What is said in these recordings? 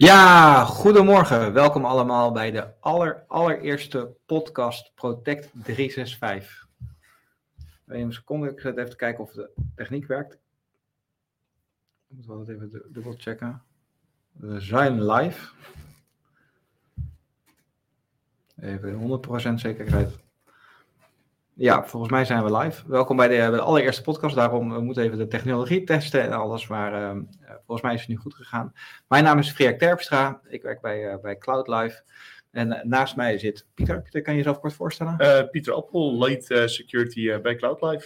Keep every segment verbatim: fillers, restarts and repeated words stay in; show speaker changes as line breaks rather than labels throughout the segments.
Ja, goedemorgen. Welkom allemaal bij de aller, allereerste podcast Protect driehonderdzesenzestig. Even een seconde, ik zet even kijken of de techniek werkt. Ik moet wel even dubbel checken. We zijn live. Even honderd procent zekerheid. Ja, volgens mij zijn we live. Welkom bij de, bij de allereerste podcast. Daarom we moeten even de technologie testen en alles. Maar uh, volgens mij is het nu goed gegaan. Mijn naam is Freek Terpstra. Ik werk bij, uh, bij CloudLife. En uh, naast mij zit Pieter. Pieter, kan je jezelf kort voorstellen?
Uh, Pieter Appel, Lead uh, Security uh, bij CloudLife.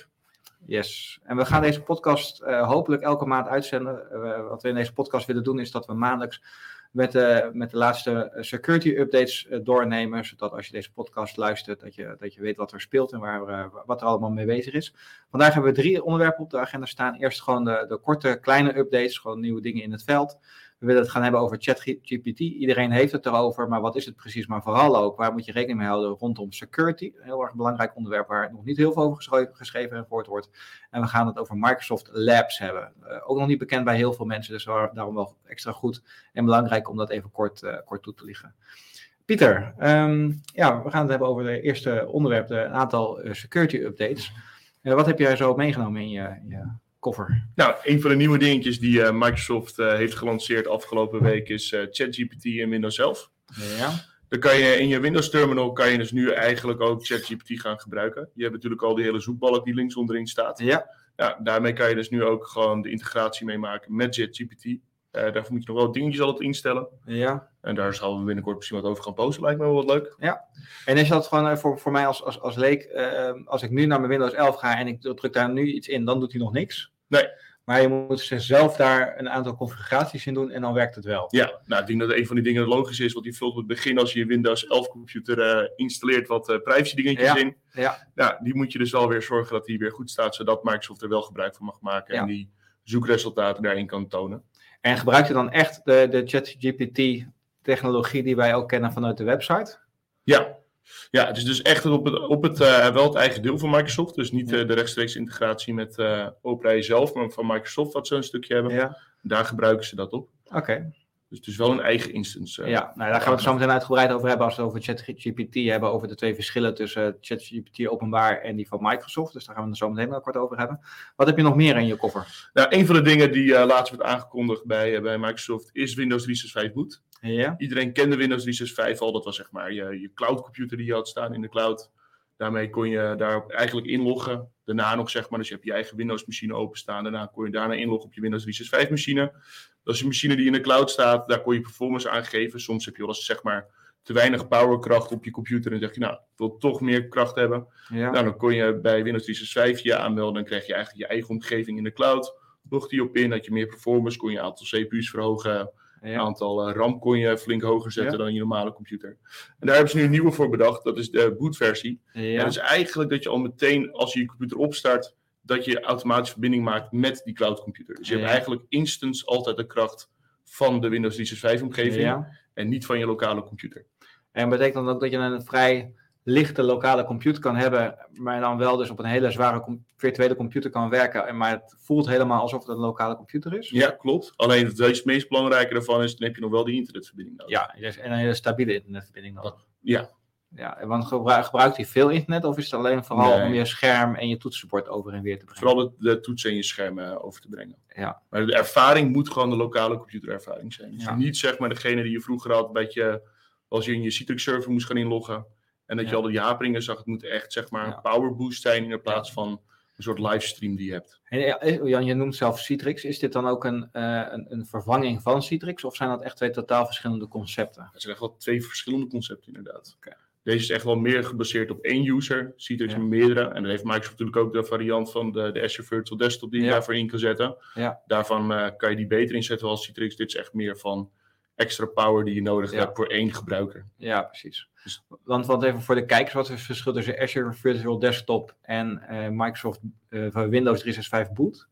Yes. En we gaan deze podcast uh, hopelijk elke maand uitzenden. Uh, wat we in deze podcast willen doen is dat we maandelijks met de, met de laatste security updates uh, doornemen. Zodat als je deze podcast luistert, dat je, dat je weet wat er speelt en waar, uh, wat er allemaal mee bezig is. Vandaag hebben we drie onderwerpen op de agenda staan. Eerst gewoon de, de korte, kleine updates, gewoon nieuwe dingen in het veld. We willen het gaan hebben over ChatGPT. Iedereen heeft het erover, maar wat is het precies? Maar vooral ook, waar moet je rekening mee houden rondom security? Een heel erg belangrijk onderwerp waar nog niet heel veel over geschreven, geschreven en gehoord wordt. En we gaan het over Microsoft Labs hebben. Uh, ook nog niet bekend bij heel veel mensen, dus daarom wel extra goed en belangrijk om dat even kort, uh, kort toe te lichten. Pieter, um, ja, we gaan het hebben over de eerste onderwerp, de, een aantal uh, security updates. Uh, wat heb jij zo meegenomen in je... In je koffer?
Nou, een van de nieuwe dingetjes die uh, Microsoft uh, heeft gelanceerd afgelopen week is uh, ChatGPT in Windows elf.
Ja.
Dan kan je in je Windows Terminal kan je dus nu eigenlijk ook ChatGPT gaan gebruiken. Je hebt natuurlijk al die hele zoekbalk die links onderin staat.
Ja.
Ja, daarmee kan je dus nu ook gewoon de integratie mee maken met ChatGPT. Uh, daarvoor moet je nog wel dingetjes altijd instellen.
Ja.
En daar zal we binnenkort misschien wat over gaan posten. Lijkt me wel wat leuk.
Ja. En is dat gewoon voor, voor mij als, als, als leek, uh, als ik nu naar mijn Windows elf ga en ik druk daar nu iets in, dan doet hij nog niks?
Nee.
Maar je moet zelf daar een aantal configuraties in doen en dan werkt het wel.
Ja, nou ik denk dat een van die dingen logisch is, want die vult op het begin als je je Windows elf computer uh, installeert wat uh, privacy dingetjes
ja.
in.
Ja.
Nou, die moet je dus wel weer zorgen dat die weer goed staat, zodat Microsoft er wel gebruik van mag maken
ja.
en die zoekresultaten daarin kan tonen.
En gebruik je dan echt de, de ChatGPT technologie die wij ook kennen vanuit de website?
Ja. Ja, het is dus echt op het, op het uh, wel het eigen deel van Microsoft. Dus niet uh, de rechtstreeks integratie met uh, OpenAI zelf, maar van Microsoft wat ze een stukje hebben.
Ja.
Daar gebruiken ze dat op.
Oké. Okay.
Dus het is wel een eigen instance. Uh,
ja, nou, daar gaan we het zo meteen uitgebreid over hebben als we het over ChatGPT hebben, over de twee verschillen tussen ChatGPT openbaar en die van Microsoft. Dus daar gaan we het zo meteen wel kort over hebben. Wat heb je nog meer in je koffer?
Nou, een van de dingen die uh, laatst werd aangekondigd bij, uh, bij Microsoft is Windows driehonderdzesenzestig boot.
Ja.
Iedereen kende Windows driehonderdzesenzestig al. Dat was zeg maar je, je cloudcomputer die je had staan in de cloud. Daarmee kon je daar eigenlijk inloggen. Daarna nog zeg maar, dus je hebt je eigen Windows machine openstaan. Daarna kon je daarna inloggen op je Windows driehonderdzesenzestig machine. Dat is een machine die in de cloud staat. Daar kon je performance aangeven. Soms heb je wel eens zeg maar te weinig powerkracht op je computer. En dan zeg je nou, ik wil toch meer kracht hebben.
Ja.
Nou, dan kon je bij Windows driehonderdzesenzestig je aanmelden. Dan krijg je eigenlijk je eigen omgeving in de cloud. Log die op in, had je meer performance. Kon je een aantal C P U's verhogen. Een ja. aantal uh, RAM kon je flink hoger zetten ja. dan in je normale computer. En daar hebben ze nu een nieuwe voor bedacht. Dat is de bootversie. Ja. En dat is eigenlijk dat je al meteen, als je je computer opstart, dat je automatisch verbinding maakt met die cloudcomputer. Dus je ja. hebt eigenlijk instant altijd de kracht van de Windows driehonderdzesenzestig omgeving. Ja. En niet van je lokale computer.
En betekent dan ook dat je een vrij lichte lokale computer kan hebben, maar dan wel dus op een hele zware com- virtuele computer kan werken. Maar het voelt helemaal alsof het een lokale computer is.
Ja, klopt. Alleen het meest belangrijke daarvan is, dan heb je nog wel die internetverbinding nodig.
Ja, en een hele stabiele internetverbinding nodig.
Ja.
Ja, want gebruik, gebruikt hij veel internet of is het alleen vooral
nee.
om je scherm en je toetsenbord over en weer te brengen?
Vooral de, de toetsen en je scherm uh, over te brengen.
Ja.
Maar de ervaring moet gewoon de lokale computerervaring zijn. Dus
ja.
niet zeg maar degene die je vroeger had, dat je, als je in je Citrix server moest gaan inloggen. En dat ja. je al die haperingen zag, het moet echt zeg maar ja. een powerboost zijn in plaats ja. van een soort livestream die je hebt.
En Jan, je noemt zelf Citrix. Is dit dan ook een, uh, een, een vervanging van Citrix of zijn dat echt twee totaal verschillende concepten?
Het zijn echt wel twee verschillende concepten inderdaad.
Okay.
Deze is echt wel meer gebaseerd op één user, Citrix ja. met meerdere. En dan heeft Microsoft natuurlijk ook de variant van de, de Azure Virtual Desktop die je ja. daarvoor in kan zetten.
Ja.
Daarvan uh, kan je die beter inzetten als Citrix. Dit is echt meer van extra power die je nodig ja. hebt voor één gebruiker.
Ja, precies. Dus, want, want even voor de kijkers, wat is het verschil tussen Azure Virtual Desktop en uh, Microsoft uh, Windows driehonderdzesenzestig boot?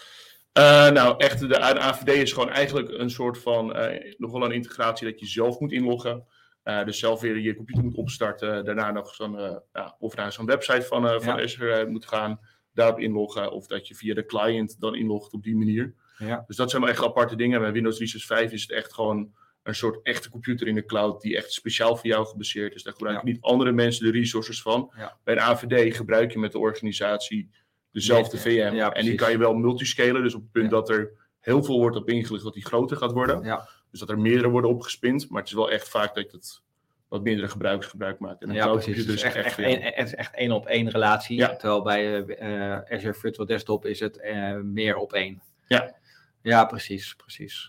Uh, nou, echt, de, de A V D is gewoon eigenlijk een soort van, uh, nog wel een integratie dat je zelf moet inloggen. Uh, dus zelf weer je computer moet opstarten, daarna nog zo'n, uh, ja, of naar zo'n website van, uh, van ja. Azure uh, moet gaan, daarop inloggen, of dat je via de client dan inlogt op die manier.
Ja.
Dus dat zijn wel echt aparte dingen. Bij Windows driehonderdzesenzestig is het echt gewoon een soort echte computer in de cloud die echt speciaal voor jou gebaseerd is. Daar gebruiken
Ja.
niet andere mensen de resources van.
Ja.
Bij een A V D gebruik je met de organisatie dezelfde
Ja,
V M.
ja,
en die kan je wel multiscalen. Dus op het punt
Ja.
dat er heel veel wordt op ingelicht dat die groter gaat worden.
Ja.
Dus dat er meerdere worden opgespind. Maar het is wel echt vaak dat het wat meerdere gebruikers gebruik maakt. En een
Ja,
cloud
precies.
computer
Het is echt, echt,
voor jou.
één, het is echt één op één relatie.
Ja.
Terwijl bij uh, Azure Virtual Desktop is het uh, meer op één.
Ja.
Ja, precies, precies.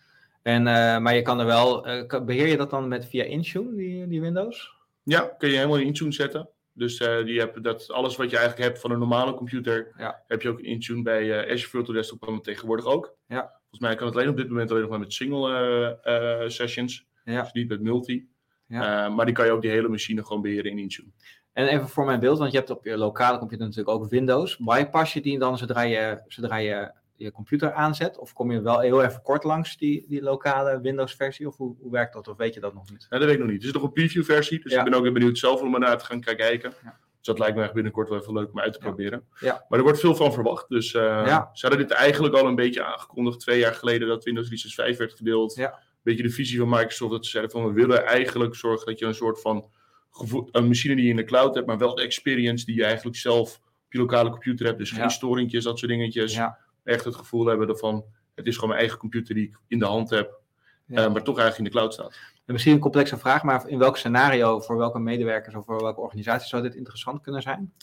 En, uh, maar je kan er wel, uh, beheer je dat dan met via Intune, die, die Windows?
Ja, kun je helemaal in Intune zetten. Dus uh, die hebt dat, alles wat je eigenlijk hebt van een normale computer,
ja.
heb je ook in Intune bij uh, Azure Virtual Desktop kan het tegenwoordig ook.
Ja.
Volgens mij kan het alleen op dit moment alleen nog maar met single uh, uh, sessions.
Ja.
Dus niet met multi.
Ja.
Uh, maar die kan je ook die hele machine gewoon beheren in Intune.
En even voor mijn beeld, want je hebt op je lokale computer natuurlijk ook Windows. Bypass je die dan zodra je, zodra je je computer aanzet? Of kom je wel heel even kort langs die, die lokale Windows versie? Of hoe, hoe werkt dat? Of weet je dat nog niet?
Ja, dat weet ik nog niet. Het is nog een preview versie. Dus ja. ik ben ook weer benieuwd zelf om er naar te gaan kijken. Ja. Dus dat lijkt me echt binnenkort wel even leuk om uit te ja. proberen.
Ja.
Maar er wordt veel van verwacht. Dus uh,
ja.
ze hadden dit eigenlijk al een beetje aangekondigd. Twee jaar geleden dat Windows driehonderdzesenzestig vijf werd gedeeld.
Ja.
Een beetje de visie van Microsoft. Dat ze zeiden van we willen eigenlijk zorgen dat je een soort van gevo- een machine die je in de cloud hebt. Maar wel de experience die je eigenlijk zelf op je lokale computer hebt. Dus geen
ja.
storingjes, dat soort dingetjes.
Ja.
Echt het gevoel hebben ervan, het is gewoon mijn eigen computer die ik in de hand heb, ja. uh, maar toch eigenlijk in de cloud staat.
En misschien een complexe vraag, maar in welk scenario, voor welke medewerkers of voor welke organisaties zou dit interessant kunnen zijn?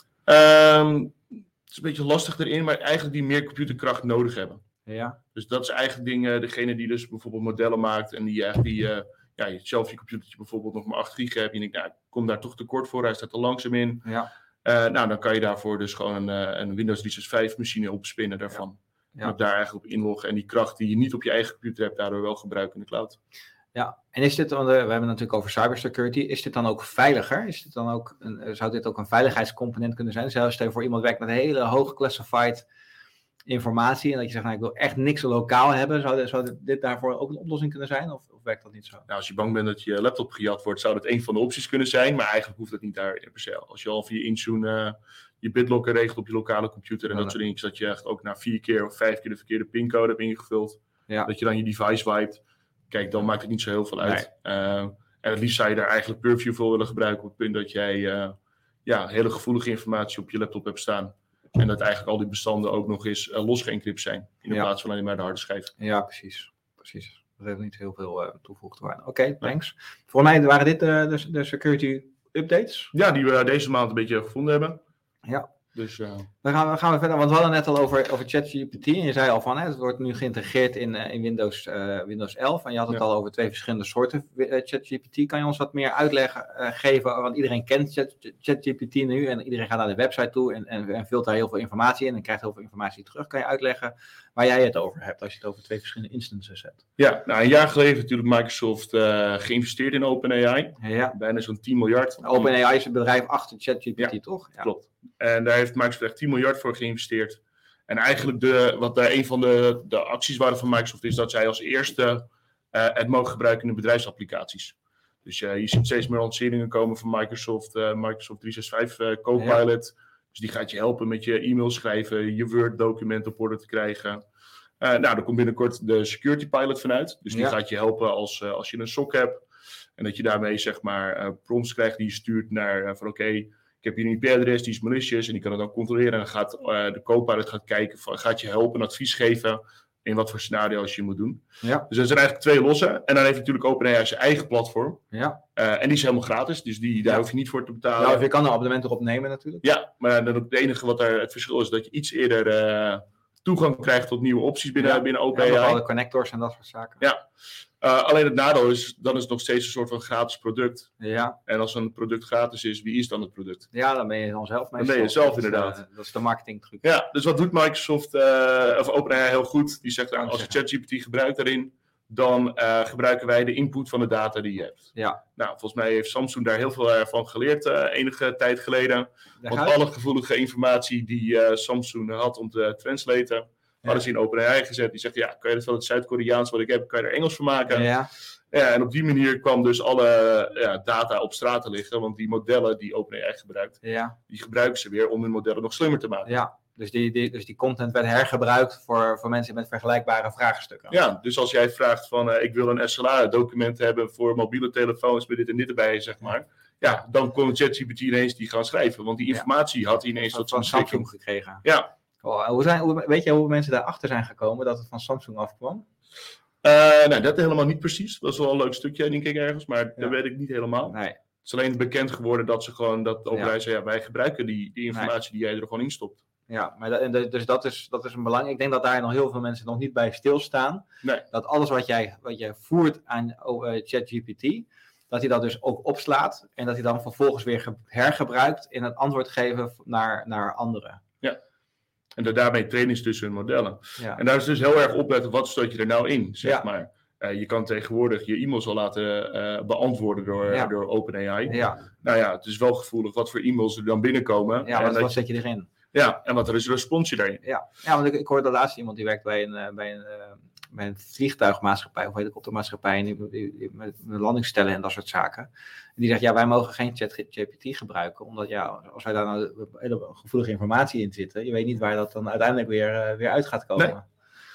Um, het is een beetje lastig erin, maar eigenlijk die meer computerkracht nodig hebben.
Ja.
Dus dat is eigenlijk dingen, degene die dus bijvoorbeeld modellen maakt en die eigenlijk die, uh, ja, zelf je computertje bijvoorbeeld nog maar acht gig hebt. En je denkt, nou, ik kom daar toch tekort voor, hij staat er langzaam in.
Ja.
Uh, nou, dan kan je daarvoor dus gewoon een, uh, een Windows driehonderdzesenzestig machine opspinnen daarvan. Ja. Ja. En ook daar eigenlijk op inloggen en die kracht die je niet op je eigen computer hebt, daardoor wel gebruiken in de cloud.
Ja, en is dit, we hebben het natuurlijk over cybersecurity, is dit dan ook veiliger? Is dit dan ook een, zou dit ook een veiligheidscomponent kunnen zijn? Zelfs stel je voor iemand werkt met hele hoog classified informatie en dat je zegt, nou, ik wil echt niks lokaal hebben, zou dit, zou dit, dit daarvoor ook een oplossing kunnen zijn? Of, of werkt dat niet zo?
Nou, als je bang bent dat je laptop gejat wordt, zou dat een van de opties kunnen zijn, maar eigenlijk hoeft dat niet daar per se. Als je al via Intune uh, je BitLocker regelt op je lokale computer en ja, dat soort dingen, dat je echt ook na vier keer of vijf keer de verkeerde pincode hebt ingevuld, ja. dat je dan je device wipet, kijk, dan maakt het niet zo heel veel uit. Nee. Uh, en het liefst zou je daar eigenlijk Purview voor willen gebruiken op het punt dat jij uh, ja, hele gevoelige informatie op je laptop hebt staan. En dat eigenlijk al die bestanden ook nog eens uh, los geëncrypt zijn, in ja. plaats van alleen maar de harde schijf.
Ja, precies. precies. Dat heeft niet heel veel uh, toegevoegde waarde. Oké, okay, thanks. Ja. Voor mij waren dit uh, de, de security updates.
Ja, die we deze maand een beetje gevonden hebben.
Ja.
Dus, uh...
dan, gaan we, gaan we verder, want we hadden net al over, over ChatGPT en je zei al van, hè, het wordt nu geïntegreerd in, uh, in Windows, uh, Windows elf en je had het ja. al over twee verschillende soorten uh, ChatGPT. Kan je ons wat meer uitleg uh, geven, want iedereen kent Chat, ChatGPT nu en iedereen gaat naar de website toe en, en, en vult daar heel veel informatie in en krijgt heel veel informatie terug. Kan je uitleggen waar jij het over hebt als je het over twee verschillende instances hebt?
Ja, nou een jaar geleden heeft natuurlijk Microsoft uh, geïnvesteerd in OpenAI.
Ja.
Bijna zo'n tien miljard.
OpenAI is het bedrijf achter ChatGPT,
ja,
toch?
Ja, klopt. En daar heeft Microsoft echt tien miljard voor geïnvesteerd. En eigenlijk de, wat daar een van de, de acties waren van Microsoft is dat zij als eerste uh, het mogen gebruiken in de bedrijfsapplicaties. Dus uh, je ziet steeds meer lanceringen komen van Microsoft, uh, Microsoft driehonderdzesenzestig vijf uh, Copilot. Ja. Dus die gaat je helpen met je e-mail schrijven, je Word-document op orde te krijgen. Uh, nou, daar komt binnenkort de Security Pilot vanuit. Dus die ja. gaat je helpen als, uh, als je een S O C hebt. En dat je daarmee zeg maar uh, prompts krijgt die je stuurt naar uh, van oké, okay, ik heb hier een I P-adres, die is malicious en die kan het dan controleren. En dan gaat uh, de Copilot gaat kijken, van, gaat je helpen en advies geven in wat voor scenario's je moet doen.
Ja. Dus
er zijn eigenlijk twee losse. En dan heeft natuurlijk OpenAI zijn eigen platform.
Ja.
Uh, en die is helemaal gratis, dus die, daar ja. hoef je niet voor te betalen.
Nou, je kan een abonnement erop nemen natuurlijk.
Ja, maar dan het enige wat daar het verschil is, dat je iets eerder uh, toegang krijgt tot nieuwe opties binnen,
ja.
binnen OpenAI.
Ja, alle connectors en dat soort zaken.
Ja. Uh, alleen het nadeel is, dan is het nog steeds een soort van gratis product.
Ja.
En als een product gratis is, wie is dan het product?
Ja, dan ben je dan zelf mee.
Dan ben je zelf
dat
inderdaad.
Is, uh, dat is de marketingtruc.
Ja, dus wat doet Microsoft, uh, of OpenAI heel goed? Die zegt, nou, als je ChatGPT gebruikt daarin, dan uh, gebruiken wij de input van de data die je hebt.
Ja.
Nou, volgens mij heeft Samsung daar heel veel uh, van geleerd uh, enige tijd geleden. Daar Want alle gevoelige informatie die uh, Samsung had om te translaten, ja. hadden ze in OpenAI gezet. Die zegt, ja, kan je dat van het Zuid-Koreaans wat ik heb, kan je er Engels van maken?
Ja.
Ja, en op die manier kwam dus alle ja, data op straat te liggen. Want die modellen die OpenAI gebruikt,
ja.
die gebruiken ze weer om hun modellen nog slimmer te maken.
Ja. Dus die, die, dus die content werd hergebruikt voor, voor mensen met vergelijkbare vraagstukken.
Ja, dus als jij vraagt van uh, ik wil een S L A-document hebben voor mobiele telefoons met dit en dit erbij, zeg maar. Ja, dan kon ChatGPT ineens die gaan schrijven. Want die informatie ja. had hij ineens tot
van Samsung gekregen.
Ja.
Oh, hoe zijn, hoe, weet je hoeveel mensen daarachter zijn gekomen dat het van Samsung afkwam?
Uh, nou, dat helemaal niet precies. Dat is wel een leuk stukje, denk ik, ergens. Maar ja. dat weet ik niet helemaal.
Nee.
Het is alleen bekend geworden dat ze gewoon, dat de overheid ja. zei, ja, wij gebruiken die, die informatie nee. die jij er gewoon in stopt.
Ja, maar dat, dus dat is, dat is een belang. Ik denk dat daar nog heel veel mensen nog niet bij stilstaan.
Nee.
Dat alles wat jij, wat jij voert aan uh, ChatGPT, dat hij dat dus ook opslaat. En dat hij dan vervolgens weer ge- hergebruikt in het antwoord geven naar, naar anderen.
Ja. En dat daarmee trainen tussen hun modellen.
Ja.
En daar is dus heel erg opletten, wat stoot je er nou in, zeg
ja.
maar. Uh, je kan tegenwoordig je e-mails al laten uh, beantwoorden door, ja. door OpenAI.
Ja.
Nou ja, het is wel gevoelig wat voor e-mails er dan binnenkomen.
Ja, wat,
en
wat zet je erin?
Ja, en wat er is een responsje daarin.
Ja, ja want ik, ik hoorde laatst iemand die werkt bij een, uh, bij een, uh, bij een vliegtuigmaatschappij of helikoptermaatschappij en die, die, die, met, met landingsstellen en dat soort zaken. En die zegt, ja, wij mogen geen ChatGPT gebruiken, omdat ja, als wij daar nou hele gevoelige informatie in zitten, je weet niet waar dat dan uiteindelijk weer, uh, weer uit gaat komen.
Nee.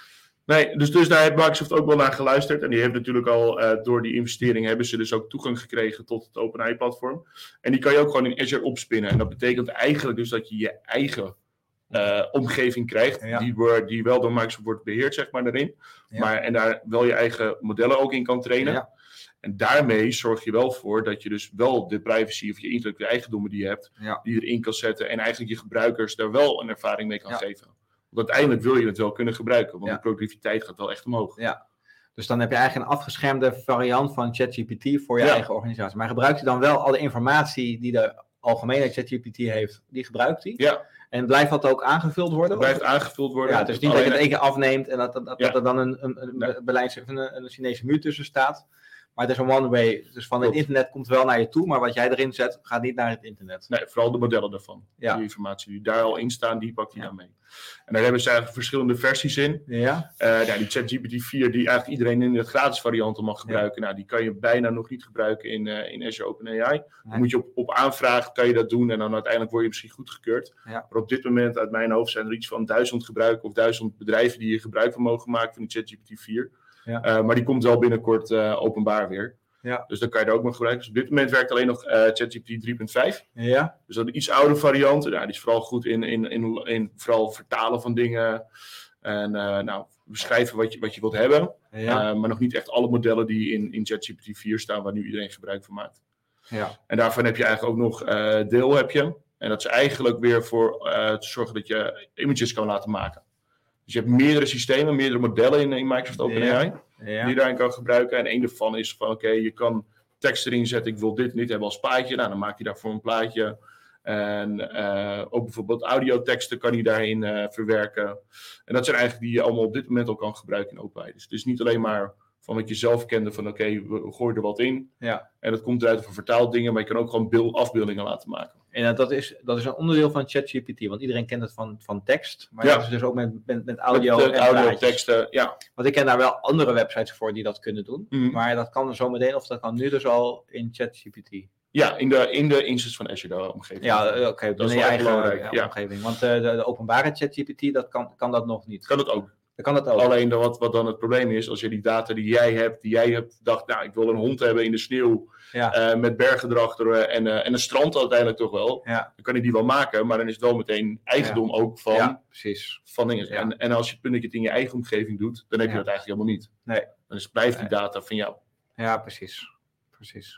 Nee, dus, dus daar heeft Microsoft ook wel naar geluisterd. En die heeft natuurlijk al, uh, door die investering hebben ze dus ook toegang gekregen tot het OpenAI-platform. En die kan je ook gewoon in Azure opspinnen. En dat betekent eigenlijk dus dat je je eigen uh, omgeving krijgt, ja. die, die wel door Microsoft wordt beheerd, zeg maar, daarin. Ja. Maar, en daar wel je eigen modellen ook in kan trainen. Ja. En daarmee zorg je wel voor dat je dus wel de privacy of je intellectuele eigendommen die je hebt, ja. die je erin kan zetten. En eigenlijk je gebruikers daar wel een ervaring mee kan ja. geven. Want uiteindelijk wil je het wel kunnen gebruiken, want ja. de productiviteit gaat wel echt omhoog.
Ja. Dus dan heb je eigenlijk een afgeschermde variant van ChatGPT voor je ja. eigen organisatie. Maar gebruikt hij dan wel alle informatie die de algemene ChatGPT heeft, die gebruikt hij?
Ja.
En blijft dat ook aangevuld worden?
Het blijft aangevuld worden.
Ja, dus niet Alleen... dat je het één keer afneemt en dat, dat, dat, ja. dat er dan een, een, een, nee. beleids, een, een Chinese muur tussen staat. Maar het is een one-way. Dus van het Klopt. internet komt wel naar je toe, maar wat jij erin zet, gaat niet naar het internet.
Nee, vooral de modellen daarvan. Ja. Die informatie die daar al in staan, die pakt hij ja. dan mee. En daar hebben ze eigenlijk verschillende versies in.
Ja.
Uh, ja, die ChatGPT vier, die eigenlijk iedereen in de gratis variant mag gebruiken. Ja. Nou, die kan je bijna nog niet gebruiken in, uh, in Azure OpenAI. Nee. Dan moet je op, op aanvraag, kan je dat doen en dan uiteindelijk word je misschien goedgekeurd. Ja. Maar op dit moment, uit mijn hoofd, zijn er iets van duizend gebruikers of duizend bedrijven die hier gebruik van mogen maken van die ChatGPT vier. Ja. Uh, maar die komt wel binnenkort uh, openbaar weer. Ja. Dus dan kan je er ook nog gebruiken. Dus op dit moment werkt alleen nog uh, ChatGPT drie punt vijf.
Ja.
Dus dat is een iets oude variant. Nou, die is vooral goed in, in, in, in vooral vertalen van dingen. En uh, nou, beschrijven wat je, wat je wilt hebben. Ja. Uh, maar nog niet echt alle modellen die in, in ChatGPT vier staan, waar nu iedereen gebruik van maakt.
Ja.
En daarvan heb je eigenlijk ook nog uh, deel heb je. En dat is eigenlijk weer voor uh, te zorgen dat je images kan laten maken. Dus je hebt meerdere systemen, meerdere modellen in, in Microsoft OpenAI. Ja. Ja. Die je daarin kan gebruiken. En één daarvan is van, oké, okay, je kan tekst erin zetten. Ik wil dit en dit hebben als plaatje. Nou, dan maak je daarvoor een plaatje. En uh, ook bijvoorbeeld audioteksten kan je daarin uh, verwerken. En dat zijn eigenlijk die je allemaal op dit moment al kan gebruiken in OpenAI. Dus het is niet alleen maar van wat je zelf kende van, oké, okay, we gooien er wat in.
Ja.
En dat komt eruit voor vertaaldingen, maar je kan ook gewoon beeld, afbeeldingen laten maken.
En dat is, dat is een onderdeel van ChatGPT, want iedereen kent het van, van tekst, maar ja. dat is dus ook met, met, met audio met, uh, en
audio, teksten, ja.
Want ik ken daar wel andere websites voor die dat kunnen doen, mm. maar dat kan zo meteen, of dat kan nu dus al in ChatGPT.
Ja, in de, in de instance van Azure, de omgeving.
Ja, oké, okay, dat is je eigen belangrijk, ja, omgeving. Want uh, de, de openbare ChatGPT, dat kan, kan dat nog niet.
Kan dat ook.
Dan kan dat ook.
Alleen dan wat, wat dan het probleem is, als je die data die jij hebt, die jij hebt dacht, nou, ik wil een hond hebben in de sneeuw, ja. uh, met bergen erachter en, uh, en een strand uiteindelijk toch wel,
ja.
dan kan je die wel maken, maar dan is het wel meteen eigendom ja. ook van,
ja, precies.
van dingen.
Ja.
En, en als je het punt dat je het in je eigen omgeving doet, dan heb je ja. dat eigenlijk helemaal niet.
Nee.
Dan is, blijft die data van jou.
Ja, precies. Precies.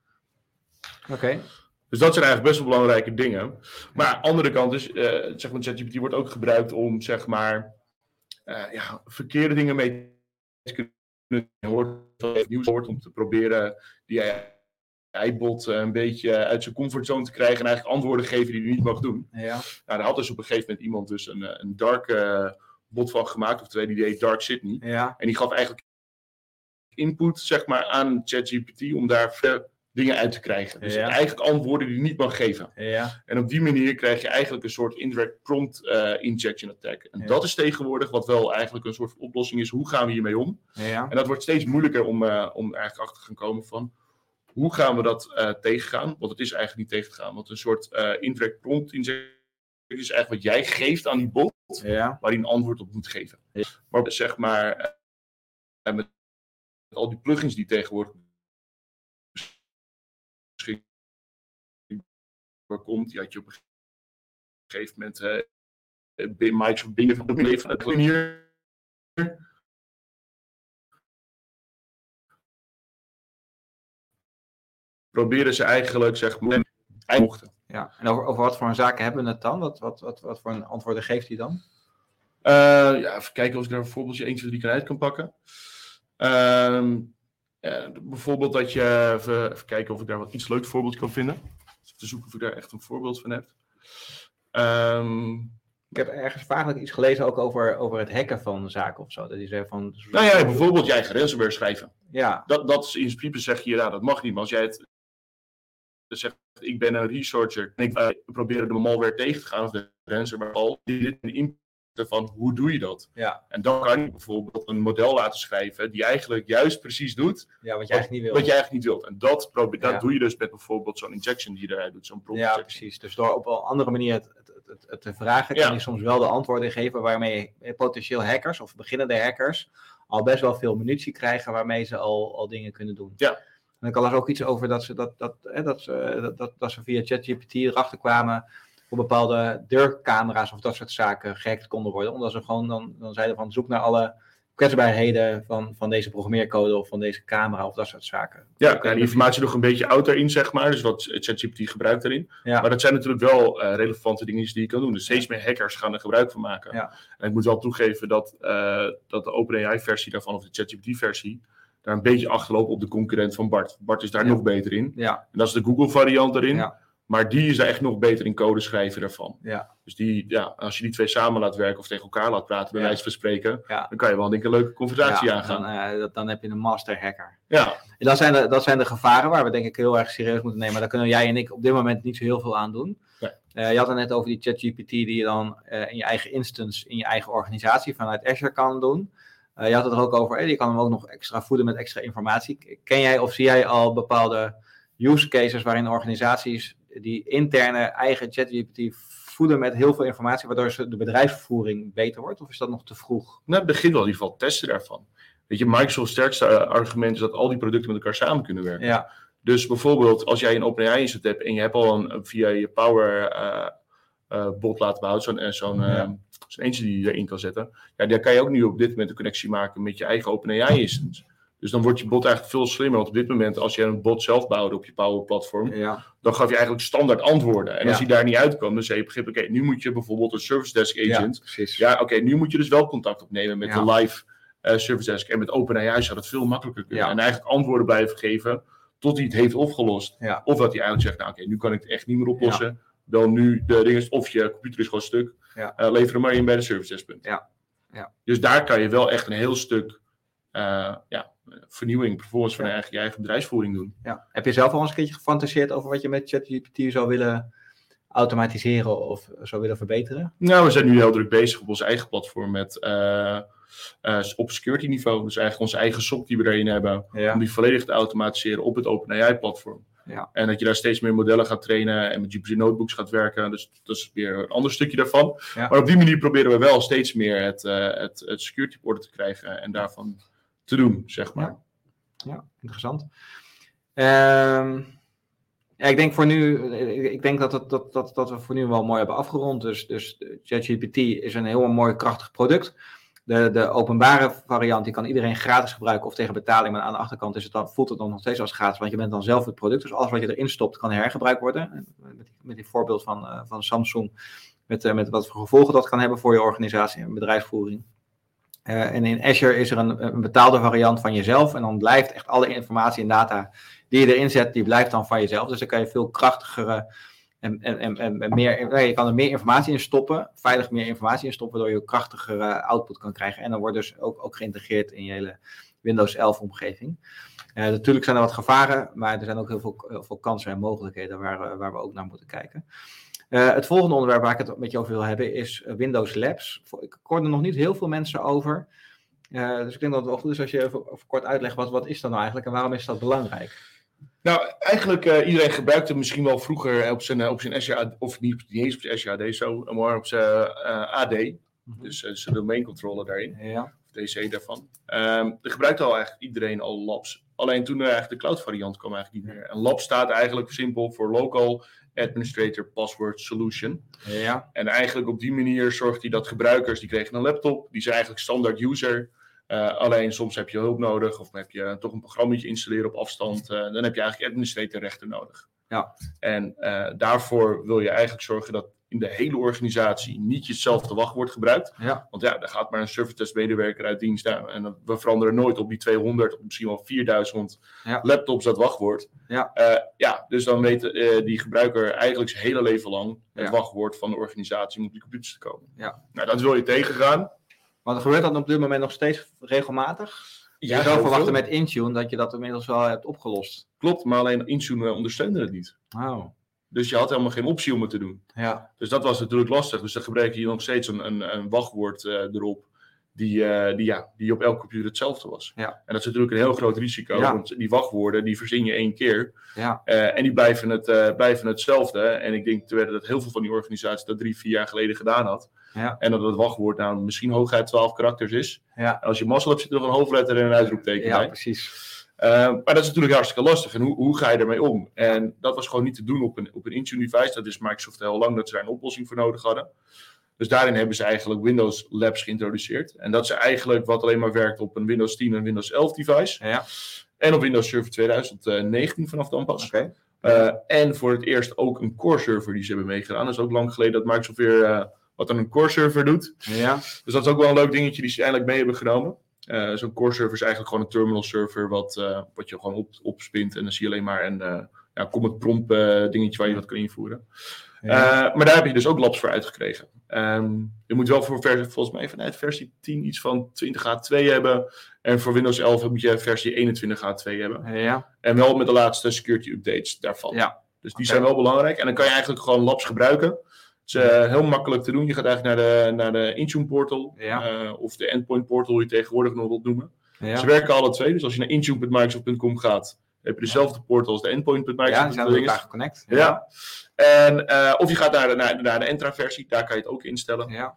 Oké. Okay.
Dus dat zijn eigenlijk best wel belangrijke dingen. Maar aan de andere kant is, uh, zeg maar, ChatGPT wordt ook gebruikt om, zeg maar, Uh, ja, verkeerde dingen mee te kunnen horen, nieuws hoort om te proberen die A I-bot een beetje uit zijn comfortzone te krijgen en eigenlijk antwoorden geven die hij niet mag doen.
Ja.
Nou, daar had dus op een gegeven moment iemand dus een, een dark uh, bot van gemaakt, of twee, die deed Dark Sydney.
Ja.
En die gaf eigenlijk input, zeg maar, aan ChatGPT om daar ver dingen uit te krijgen. Dus ja. eigenlijk antwoorden die je niet mag geven.
Ja.
En op die manier krijg je eigenlijk een soort indirect prompt uh, injection attack. En
ja.
dat is tegenwoordig wat wel eigenlijk een soort oplossing is. Hoe gaan we hiermee om?
Ja.
En dat wordt steeds moeilijker om, uh, om eigenlijk achter te gaan komen van hoe gaan we dat uh, tegengaan? Want het is eigenlijk niet tegen te gaan. Want een soort uh, indirect prompt injection is eigenlijk wat jij geeft aan die bot,
ja.
waar hij een antwoord op moet geven.
Ja.
Maar zeg maar, uh, met al die plugins die tegenwoordig beschikbaar komt, die had je op een gegeven moment uh, Microsoft Bing van de leven uit de manier. Proberen ze eigenlijk, zeg maar, mochten.
Ja, en over, over wat voor een zaken hebben we het dan? Wat, wat, wat, wat voor een antwoorden geeft hij dan?
Uh, ja, even kijken of ik daar een voorbeeldje één, twee, drie kan uit kan pakken. Uh, ja, bijvoorbeeld dat je, even, even kijken of ik daar wat iets leuk voorbeeld kan vinden. Dus te zoeken of ik daar echt een voorbeeld van heb. Um,
ik heb ergens vaak iets gelezen ook over, over het hacken van zaken of zo. Dat die zei van...
Nou ja, bijvoorbeeld je eigen ransomware schrijven.
Ja.
Dat, dat is in principe zeg je, ja, dat mag niet. Maar als jij het zegt, ik ben een researcher en ik uh, probeer de malware tegen te gaan, of de ransomware al, dit een input van hoe doe je dat?
Ja.
En dan kan je bijvoorbeeld een model laten schrijven die eigenlijk juist precies doet
ja, wat je eigenlijk niet wilt.
Wat je eigenlijk niet wilt. En dat, probeer, dat
ja.
doe je dus met bijvoorbeeld zo'n injection die je eruit doet, zo'n prompt
Ja,
injection.
precies. Dus door op een andere manier het, het, het, het te vragen, kan
ja.
je soms wel de antwoorden geven waarmee potentieel hackers of beginnende hackers al best wel veel munitie krijgen waarmee ze al, al dingen kunnen doen.
Ja.
En ik las ook iets over dat ze, dat, dat, hè, dat, ze, dat, dat, dat ze via ChatGPT erachter kwamen op bepaalde deurcamera's of dat soort zaken gehackt konden worden. Omdat ze gewoon dan, dan zeiden van zoek naar alle kwetsbaarheden van, van deze programmeercode of van deze camera of dat soort zaken.
Ja, en die informatie nog een beetje oud daarin, zeg maar. Dus wat ChatGPT gebruikt daarin. Ja. Maar dat zijn natuurlijk wel uh, relevante dingen die je kan doen. Dus steeds meer hackers gaan er gebruik van maken. Ja. En ik moet wel toegeven dat, uh, dat de OpenAI-versie daarvan, of de ChatGPT-versie, daar een beetje achterloopt op de concurrent van Bart. Bart is daar ja. nog beter in.
Ja.
En dat is de Google-variant daarin.
Ja.
Maar die is daar echt nog beter in code schrijven daarvan.
Ja.
Dus die, ja, als je die twee samen laat werken of tegen elkaar laat praten, bij
ja.
wijze van spreken,
ja.
dan kan je wel denk ik een leuke conversatie
ja,
aangaan.
Dan, uh, dan heb je een master hacker.
Ja.
En dat zijn, de, dat zijn de gevaren waar we denk ik heel erg serieus moeten nemen. Maar daar kunnen jij en ik op dit moment niet zo heel veel aan doen.
Nee.
Uh, je had het net over die ChatGPT die je dan uh, in je eigen instance, in je eigen organisatie vanuit Azure kan doen. Uh, je had het er ook over, eh, je kan hem ook nog extra voeden met extra informatie. Ken jij of zie jij al bepaalde use cases waarin organisaties die interne eigen ChatGPT voeden met heel veel informatie, waardoor de bedrijfsvoering beter wordt? Of is dat nog te vroeg?
Nou, het begint wel in ieder geval testen daarvan. Weet je, Microsoft's sterkste argument is dat al die producten met elkaar samen kunnen werken.
Ja.
Dus bijvoorbeeld, als jij een OpenAI inzet hebt en je hebt al een, via je Power uh, uh, bot laten behouden, zo'n, zo'n, uh, ja. zo'n eentje die je erin kan zetten, ja, daar kan je ook nu op dit moment een connectie maken met je eigen OpenAI instance. Dus dan wordt je bot eigenlijk veel slimmer. Want op dit moment, als je een bot zelf bouwt op je Power-platform,
ja.
dan gaf je eigenlijk standaard antwoorden. En
ja.
als die daar niet uitkwam, dan zei je op een gegeven moment, oké, nu moet je bijvoorbeeld een service desk agent.
Ja, precies.
Ja, oké, nu moet je dus wel contact opnemen met
ja.
de live uh, service desk. En met OpenAI zou dat veel makkelijker kunnen.
Ja.
En eigenlijk antwoorden blijven geven tot hij het heeft opgelost.
Ja.
Of dat hij eigenlijk zegt, nou oké, okay, nu kan ik het echt niet meer oplossen. Ja. Dan nu de ding is, of je computer is gewoon stuk.
Ja.
Uh, lever hem maar in bij de service desk punt.
Ja. Ja.
Dus daar kan je wel echt een heel stuk uh, ja, vernieuwing, performance van ja. je, eigen, je eigen bedrijfsvoering doen.
Ja. Heb je zelf al eens een keertje gefantaseerd over wat je met ChatGPT zou willen automatiseren of zou willen verbeteren?
Nou, we zijn nu heel druk bezig op ons eigen platform met uh, uh, op security niveau. Dus eigenlijk onze eigen S O C die we daarin hebben,
ja.
om die volledig te automatiseren op het OpenAI platform.
Ja.
En dat je daar steeds meer modellen gaat trainen en met G P C notebooks gaat werken. Dus dat is weer een ander stukje daarvan.
Ja.
Maar op die manier proberen we wel steeds meer het, uh, het, het security op orde te krijgen en daarvan te doen, zeg maar.
Ja, ja interessant. Um, ja, ik denk voor nu, ik denk dat, het, dat, dat, dat we voor nu wel mooi hebben afgerond. Dus, dus ChatGPT is een heel mooi krachtig product. De, de openbare variant, die kan iedereen gratis gebruiken of tegen betaling. Maar aan de achterkant is het dan, voelt het dan nog steeds als gratis, want je bent dan zelf het product. Dus alles wat je erin stopt kan hergebruikt worden. Met die, met die voorbeeld van, uh, van Samsung, met, uh, met wat voor gevolgen dat kan hebben voor je organisatie en bedrijfsvoering. Uh, en in Azure is er een, een betaalde variant van jezelf. En dan blijft echt alle informatie en data die je erin zet, die blijft dan van jezelf. Dus dan kan je veel krachtigere en, en, en, en meer, nee, je kan er meer informatie in stoppen, veilig meer informatie in stoppen, waardoor je krachtigere output kan krijgen. En dan wordt dus ook, ook geïntegreerd in je hele Windows elf omgeving. Uh, natuurlijk zijn er wat gevaren, maar er zijn ook heel veel, heel veel kansen en mogelijkheden waar, waar we ook naar moeten kijken. Uh, het volgende onderwerp waar ik het met je over wil hebben is Windows Labs. Ik hoor er nog niet heel veel mensen over. Uh, dus ik denk dat het wel goed is als je even, even kort uitlegt, wat, wat is dat nou eigenlijk en waarom is dat belangrijk?
Nou, eigenlijk uh, iedereen gebruikte misschien wel vroeger op zijn, uh, op zijn S J A D, of niet, niet eens op zijn S J A D, zo, maar op zijn uh, A D. Mm-hmm. Dus uh, zijn domain controller daarin.
Ja.
Of D C daarvan. Um, er gebruikte al eigenlijk iedereen al Labs. Alleen toen er eigenlijk de cloud variant kwam eigenlijk niet meer. En Labs staat eigenlijk simpel voor Local Administrator Password Solution.
Ja.
En eigenlijk op die manier zorgt hij dat gebruikers, die kregen een laptop, die zijn eigenlijk standaard user. Uh, alleen soms heb je hulp nodig of heb je toch een programmaatje installeren op afstand. Uh, dan heb je eigenlijk administratorrechten nodig.
Ja.
En uh, daarvoor wil je eigenlijk zorgen dat in de hele organisatie niet hetzelfde wachtwoord gebruikt.
Ja.
Want ja, daar gaat maar een servertest medewerker uit dienst aan. En we veranderen nooit op die tweehonderd of misschien wel vierduizend ja. laptops dat wachtwoord.
Ja.
Uh, ja, dus dan weet uh, die gebruiker eigenlijk zijn hele leven lang het ja. wachtwoord van de organisatie om op die computers te komen.
Ja.
Nou, dat wil je tegengaan.
Maar gebeurt dat op dit moment nog steeds regelmatig?
Ja,
je zou verwachten met Intune dat je dat inmiddels wel hebt opgelost.
Klopt, maar alleen Intune ondersteunde het niet.
Oh.
Dus je had helemaal geen optie om het te doen.
Ja.
Dus dat was natuurlijk lastig. Dus dan gebruik je nog steeds een, een, een wachtwoord uh, erop die, uh, die, ja, die op elke computer hetzelfde was.
Ja.
En dat is natuurlijk een heel groot risico. Ja. Want die wachtwoorden die verzin je één keer.
Ja.
Uh, en die blijven, het, uh, blijven hetzelfde. En ik denk dat heel veel van die organisaties dat drie, vier jaar geleden gedaan had.
Ja.
En dat het wachtwoord nou misschien hooguit twaalf karakters is.
Ja.
En als je mazzel hebt, zit er nog een hoofdletter en een uitroepteken
ja,
bij.
precies.
Uh, maar dat is natuurlijk hartstikke lastig. En hoe, hoe ga je ermee om? En dat was gewoon niet te doen op een, op een Intune device. Dat is Microsoft heel lang dat ze daar een oplossing voor nodig hadden. Dus daarin hebben ze eigenlijk Windows Labs geïntroduceerd. En dat is eigenlijk wat alleen maar werkt op een Windows tien en Windows elf device.
Ja.
En op Windows Server twintig negentien vanaf dan pas.
Okay.
Uh, en voor het eerst ook een core server die ze hebben meegedaan. Dat is ook lang geleden dat Microsoft weer uh, wat aan een core server doet.
Ja.
Dus dat is ook wel een leuk dingetje die ze eindelijk mee hebben genomen. Uh, Zo'n core server is eigenlijk gewoon een terminal server wat, uh, wat je gewoon op, opspint. En dan zie je alleen maar een uh, ja, command prompt uh, dingetje waar je wat kan invoeren. Ja. Uh, maar daar heb je dus ook labs voor uitgekregen. Um, je moet wel voor versie, volgens mij vanuit versie tien iets van twintig H twee hebben. En voor Windows elf moet je versie eenentwintig H twee hebben.
Ja.
En wel met de laatste security updates daarvan.
Ja.
Dus die
okay.
zijn wel belangrijk. En dan kan je eigenlijk gewoon labs gebruiken. Het is uh, heel makkelijk te doen. Je gaat eigenlijk naar de, naar de Intune portal.
Ja.
Uh, of de Endpoint portal, die je tegenwoordig nog wilt noemen.
Ja.
Ze werken alle twee. Dus als je naar intune punt microsoft punt com gaat, heb je dezelfde portal als de Endpoint punt microsoft punt com.
Ja, die zijn elkaar geconnect.
Ja. ja. En, uh, of je gaat naar de, naar, naar de Entra-versie. Daar kan je het ook instellen.
Ja.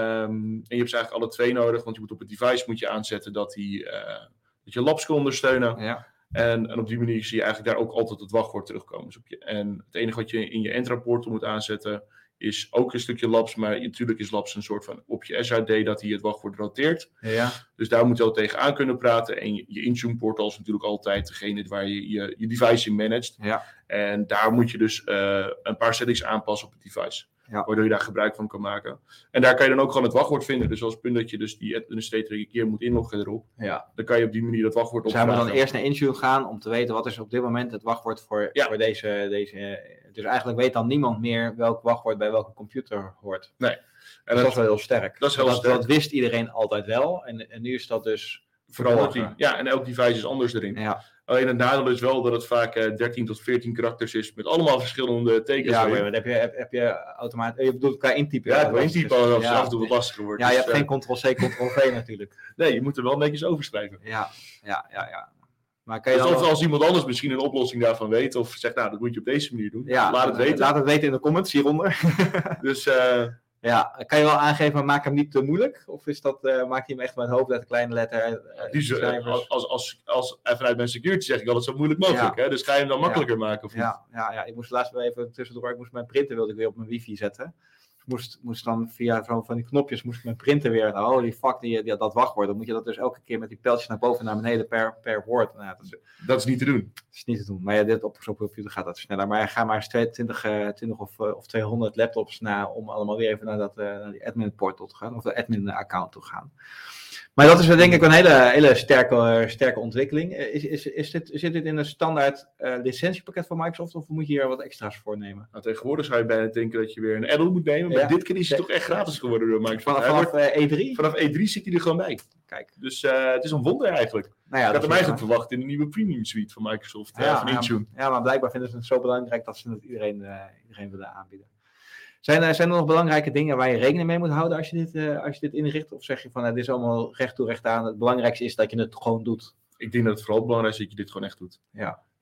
Um, en je hebt ze eigenlijk alle twee nodig. Want je moet op het device moet je aanzetten dat, die, uh, dat je labs kan ondersteunen.
Ja.
En, en op die manier zie je eigenlijk daar ook altijd het wachtwoord terugkomen. Dus op je, en het enige wat je in je Entra-portal moet aanzetten is ook een stukje labs, maar natuurlijk is labs een soort van op je S H D dat hij het wachtwoord roteert.
Ja.
Dus daar moet je al tegenaan kunnen praten. En je, je Intune portal is natuurlijk altijd degene waar je je, je device in managt.
Ja.
En daar moet je dus uh, een paar settings aanpassen op het device. Ja. Waardoor je daar gebruik van kan maken. En daar kan je dan ook gewoon het wachtwoord vinden. Dus als het punt dat je dus die administrator een keer moet inloggen erop.
Ja.
Dan kan je op die manier dat wachtwoord
opvragen. Dus hij moet dan eerst naar Intune gaan om te weten wat is op dit moment het wachtwoord voor, ja. voor deze, deze... Dus eigenlijk weet dan niemand meer welk wachtwoord bij welke computer hoort.
Nee. En
dus dat is wel heel sterk.
Dat is heel
dat,
sterk.
Dat wist iedereen altijd wel. En, en nu is dat dus...
Vooral die, ja, en elk device is anders erin.
Ja.
Alleen het nadeel is wel dat het vaak uh, dertien tot veertien karakters is met allemaal verschillende tekens.
Ja, maar heb je, heb, heb je automatisch... Je bedoelt qua intypen.
Ja, qua intypen als het
ja,
af en toe wat lastiger wordt.
Ja, je
dus,
hebt
uh,
geen control C, control V natuurlijk.
Nee, je moet er wel netjes over schrijven.
Ja, ja, ja, ja. Maar kan je
dus
dan
of
nog...
als iemand anders misschien een oplossing daarvan weet, of zegt, nou, dat moet je op deze manier doen.
Ja,
laat het weten.
Laat het weten in de comments hieronder.
Dus... Uh,
Ja, kan je wel aangeven, maar maak hem niet te moeilijk? Of is dat, uh, maak je hem echt met hoofdletter, kleine letter? Uh,
die zo, als, als, als, als, vanuit mijn security zeg ik altijd zo moeilijk mogelijk. Ja. Hè? Dus ga je hem dan makkelijker
ja.
maken? Of niet?
Ja, ja, ja, ik moest laatst wel even tussendoor, ik moest mijn printer wilde ik weer op mijn wifi zetten. Ik moest, moest dan via van, van die knopjes, moest ik mijn printer weer, nou, holy fuck, die, die, dat wachtwoord. Dan moet je dat dus elke keer met die pijltjes naar boven en naar beneden per, per woord. Nou, dat, is,
dat is niet te doen.
Dat is niet te doen, maar ja, dit op zo'n computer gaat dat sneller. Maar ga maar eens twintig, twintig of, of tweehonderd laptops na om allemaal weer even naar, dat, uh, naar die admin portal te gaan, of de admin account te gaan. Maar dat is denk ik een hele, hele sterke, sterke ontwikkeling. Is, is, is dit, zit dit in een standaard uh, licentiepakket van Microsoft of moet je hier wat extra's voor nemen?
Nou, tegenwoordig zou je bijna denken dat je weer een add-on moet nemen. Maar ja. dit keer is het toch echt gratis geworden door Microsoft.
Vanaf, vanaf uh, E drie?
Vanaf E drie zit hij er gewoon bij.
Kijk.
Dus uh, het is een wonder eigenlijk.
Nou ja,
ik had hem eigenlijk verwacht in de nieuwe premium suite van Microsoft.
Ja,
uh, van Intune.
Ja, ja, maar blijkbaar vinden ze het zo belangrijk dat ze het iedereen, uh, iedereen willen aanbieden. Zijn er, zijn er nog belangrijke dingen waar je rekening mee moet houden als je dit, uh, als je dit inricht? Of zeg je van, uh, dit is allemaal recht toe recht aan. Het belangrijkste is dat je het gewoon doet.
Ik denk dat het vooral belangrijk is dat je dit gewoon echt doet.
Ja.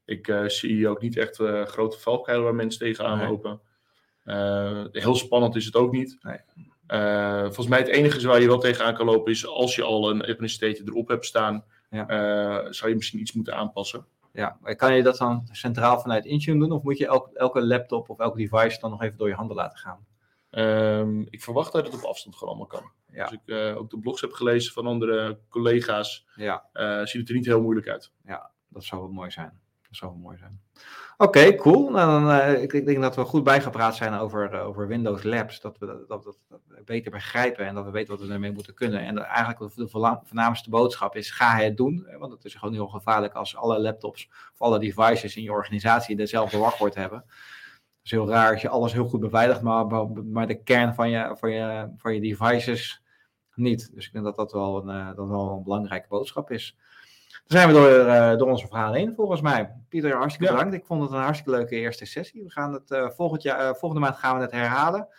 Ik uh, zie ook niet echt uh, grote valkuilen waar mensen tegenaan nee. lopen. Uh, heel spannend is het ook niet.
Nee.
Uh, volgens mij het enige waar je wel tegenaan kan lopen is als je al een administrator erop hebt staan, ja. uh, zou je misschien iets moeten aanpassen.
Ja, maar kan je dat dan centraal vanuit Intune doen of moet je elke, elke laptop of elk device dan nog even door je handen laten gaan?
Um, ik verwacht dat het op afstand gewoon allemaal kan. Ja. Als ik uh, ook de blogs heb gelezen van andere collega's, ja. uh, ziet het er niet heel moeilijk uit.
Ja, dat zou wel mooi zijn. Dat zou wel mooi zijn. Oké, okay, cool. Nou, dan, uh, ik, ik denk dat we goed bijgepraat zijn over, uh, over Windows Labs. Dat we dat, dat, dat beter begrijpen en dat we weten wat we ermee moeten kunnen. En eigenlijk de voornaamste boodschap is, ga het doen. Want het is gewoon heel gevaarlijk als alle laptops of alle devices in je organisatie dezelfde wachtwoord hebben. Het is heel raar als je alles heel goed beveiligt, maar, maar de kern van je, van, je, van je devices niet. Dus ik denk dat dat wel een, uh, dat wel een belangrijke boodschap is. Dan zijn we door, uh, door onze verhalen heen, volgens mij. Pieter, hartstikke ja. bedankt. Ik vond het een hartstikke leuke eerste sessie. We gaan het, uh, volgend jaar, uh, volgende maand gaan we het herhalen.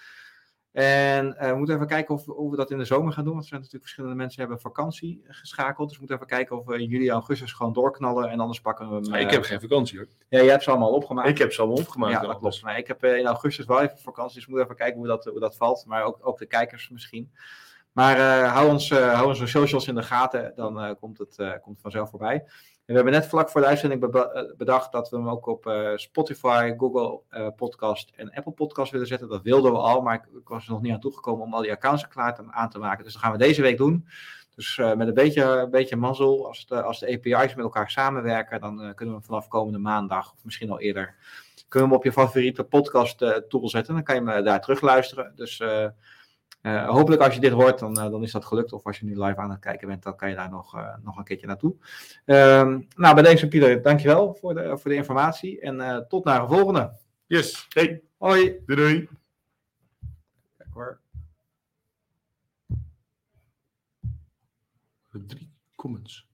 En uh, we moeten even kijken of, of we dat in de zomer gaan doen. Want er zijn natuurlijk verschillende mensen die hebben vakantie geschakeld. Dus we moeten even kijken of we in juli, augustus gewoon doorknallen. En anders pakken we hem.
Uh, ik heb geen vakantie hoor.
Ja, jij hebt ze allemaal opgemaakt.
Ik heb ze allemaal opgemaakt.
Ja, dat klopt. Dus. Maar ik heb uh, in augustus wel even vakantie. Dus we moeten even kijken hoe dat, hoe dat valt. Maar ook, ook de kijkers misschien. Maar uh, hou, ons, uh, hou onze socials in de gaten, dan uh, komt, het, uh, komt het vanzelf voorbij. En we hebben net vlak voor de uitzending be- bedacht dat we hem ook op uh, Spotify, Google uh, Podcast en Apple Podcast willen zetten. Dat wilden we al, maar ik, ik was er nog niet aan toegekomen om al die accounts klaar te, aan te maken. Dus dat gaan we deze week doen. Dus uh, met een beetje, een beetje mazzel, als, de, als de A P I's met elkaar samenwerken, dan uh, kunnen we vanaf komende maandag, of misschien al eerder, kunnen we hem op je favoriete podcast uh, tool zetten. Dan kan je hem uh, daar terugluisteren. Dus... Uh, Uh, hopelijk als je dit hoort, dan, uh, dan is dat gelukt. Of als je nu live aan het kijken bent, dan kan je daar nog, uh, nog een keertje naartoe. Um, nou, bij deze Pieter, dankjewel voor de, voor de informatie. En uh, tot naar de volgende.
Yes. Hey.
Hoi.
Doei doei.
Kijk hoor.
Drie comments.